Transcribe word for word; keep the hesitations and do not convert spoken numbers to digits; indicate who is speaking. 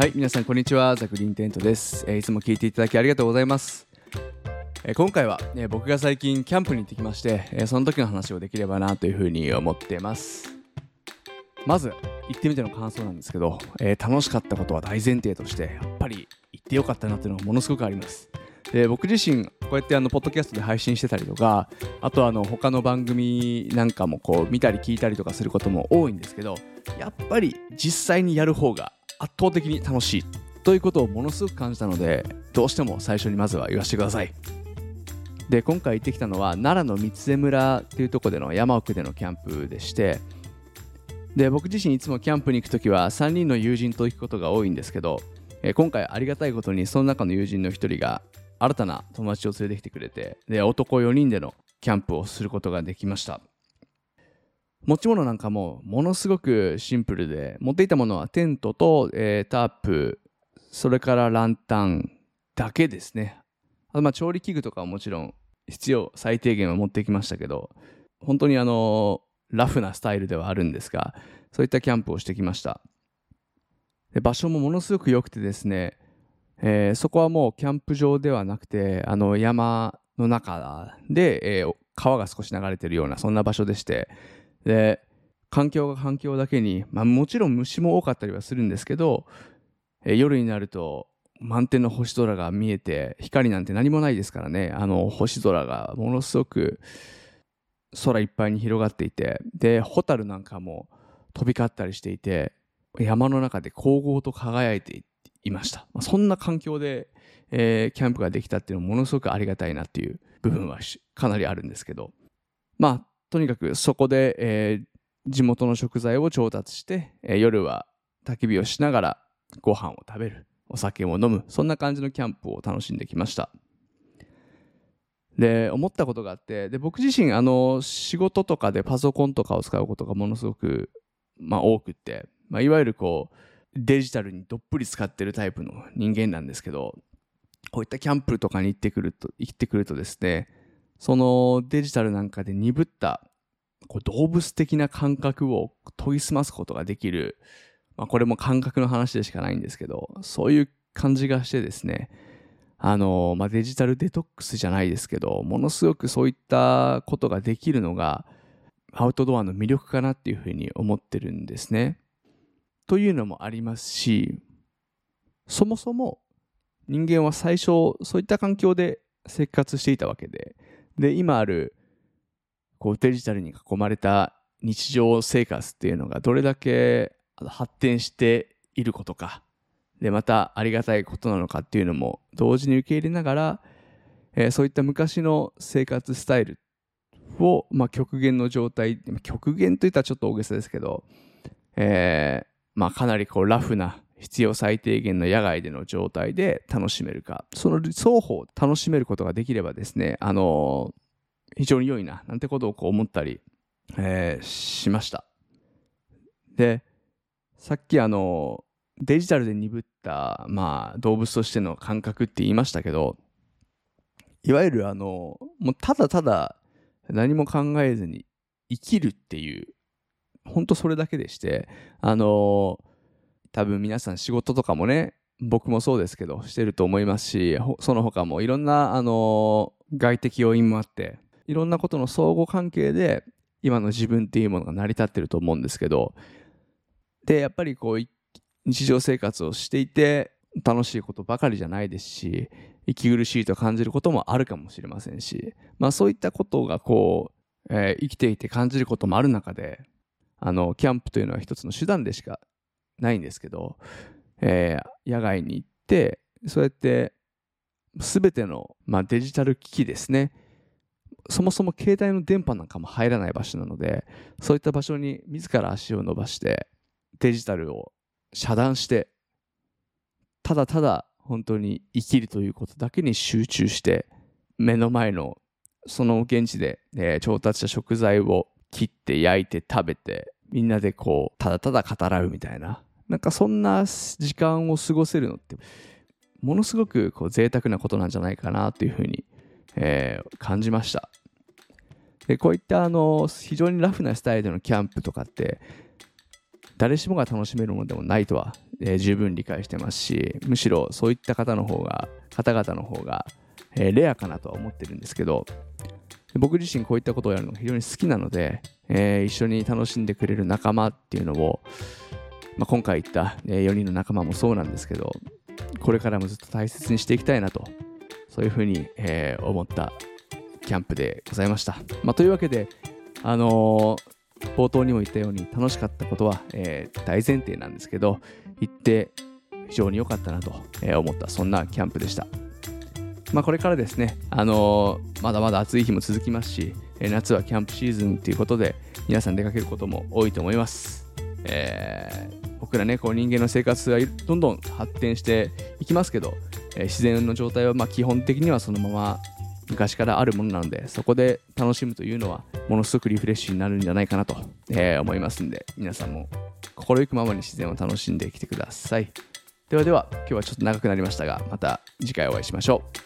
Speaker 1: はい、皆さんこんにちは。ザクリンテントです、えー、いつも聞いていただきありがとうございます。えー、今回は、えー、僕が最近キャンプに行ってきまして、えー、その時の話をできればなというふうに思っています。まず行ってみての感想なんですけど、えー、楽しかったことは大前提としてやっぱり行ってよかったなっていうのがものすごくあります。で僕自身こうやってあのポッドキャストで配信してたりとか、あとはあの他の番組なんかもこう見たり聞いたりとかすることも多いんですけど、やっぱり実際にやる方が圧倒的に楽しいということをものすごく感じたので、どうしても最初にまずは言わせてください。で今回行ってきたのは奈良の三津江村っていうところでの山奥でのキャンプでして、で僕自身いつもキャンプに行くときはさんにんの友人と行くことが多いんですけど、えー、今回ありがたいことにその中の友人のひとりが新たな友達を連れてきてくれて、で男よにんでのキャンプをすることができました。持ち物なんかもものすごくシンプルで、持っていたものはテントと、えー、タープ、それからランタンだけですね。あとまあ調理器具とかはもちろん必要最低限は持ってきましたけど、本当にあのラフなスタイルではあるんですが、そういったキャンプをしてきました。で場所もものすごく良くてですね、えー、そこはもうキャンプ場ではなくて、あの山の中で、えー、川が少し流れているようなそんな場所でして、で環境が環境だけに、まあ、もちろん虫も多かったりはするんですけど、えー、夜になると満天の星空が見えて、光なんて何もないですからね、あの星空がものすごく空いっぱいに広がっていて、でホタルなんかも飛び交ったりしていて、山の中で光合と輝いていました。まあ、そんな環境で、えー、キャンプができたっていうのもものすごくありがたいなっていう部分はかなりあるんですけど、まあとにかくそこで、えー、地元の食材を調達して、えー、夜は焚き火をしながらご飯を食べる、お酒を飲む、そんな感じのキャンプを楽しんできました。で思ったことがあって、で僕自身あの仕事とかでパソコンとかを使うことがものすごく、まあ、多くって、まあ、いわゆるこうデジタルにどっぷり使ってるタイプの人間なんですけど、こういったキャンプとかに行ってくると行ってくるとですね、そのデジタルなんかで鈍ったこう動物的な感覚を研ぎ澄ますことができる、まあ、これも感覚の話でしかないんですけど、そういう感じがしてですね、あの、まあ、デジタルデトックスじゃないですけど、ものすごくそういったことができるのがアウトドアの魅力かなっていうふうに思ってるんですね。というのもありますし、そもそも人間は最初そういった環境で生活していたわけで、で今あるこうデジタルに囲まれた日常生活っていうのがどれだけ発展していることか、でまたありがたいことなのかっていうのも同時に受け入れながら、えー、そういった昔の生活スタイルを、まあ、極限の状態、極限といったらちょっと大げさですけど、えーまあ、かなりこうラフな必要最低限の野外での状態で楽しめるか、その双方楽しめることができればですね、あのー、非常に良いななんてことをこう思ったり、えー、しました。でさっきあのデジタルで鈍った、まあ、動物としての感覚って言いましたけど、いわゆるあのもうただただ何も考えずに生きるっていう、本当それだけでして、あの多分皆さん仕事とかもね、僕もそうですけどしてると思いますし、その他もいろんなあの外的要因もあって、いろんなことの相互関係で今の自分っていうものが成り立ってると思うんですけど、でやっぱりこう日常生活をしていて楽しいことばかりじゃないですし、息苦しいと感じることもあるかもしれませんし、まあそういったことがこう、えー、生きていて感じることもある中で、あのキャンプというのは一つの手段でしかないんですけど、えー、野外に行ってそうやって全ての、まあ、デジタル機器ですね、そもそも携帯の電波なんかも入らない場所なので、そういった場所に自ら足を伸ばしてデジタルを遮断して、ただただ本当に生きるということだけに集中して、目の前のその現地で、えー、調達した食材を切って焼いて食べて、みんなでこうただただ語らうみたいな、なんかそんな時間を過ごせるのってものすごくこう贅沢なことなんじゃないかなというふうに、えー、感じました。でこういったあの非常にラフなスタイルのキャンプとかって誰しもが楽しめるものでもないとは、えー、十分理解してますし、むしろそういった方の方が方々の方が、えー、レアかなとは思ってるんですけど、僕自身こういったことをやるのが非常に好きなので、えー、一緒に楽しんでくれる仲間っていうのを、まあ、今回言った、えー、よにんの仲間もそうなんですけど、これからもずっと大切にしていきたいなと、そういうふうに、えー、思ったキャンプでございました。まあ、というわけで、あのー、冒頭にも言ったように楽しかったことは、えー、大前提なんですけど、行って非常に良かったなと思った、そんなキャンプでした。まあ、これからですね、あのー、まだまだ暑い日も続きますし、えー、夏はキャンプシーズンということで皆さん出かけることも多いと思います。えー、僕らね、こう人間の生活がどんどん発展していきますけど、えー、自然の状態はまあ基本的にはそのまま昔からあるものなので、そこで楽しむというのはものすごくリフレッシュになるんじゃないかなと、えー、思いますんで、皆さんも心ゆくままに自然を楽しんできてください。ではでは、今日はちょっと長くなりましたが、また次回お会いしましょう。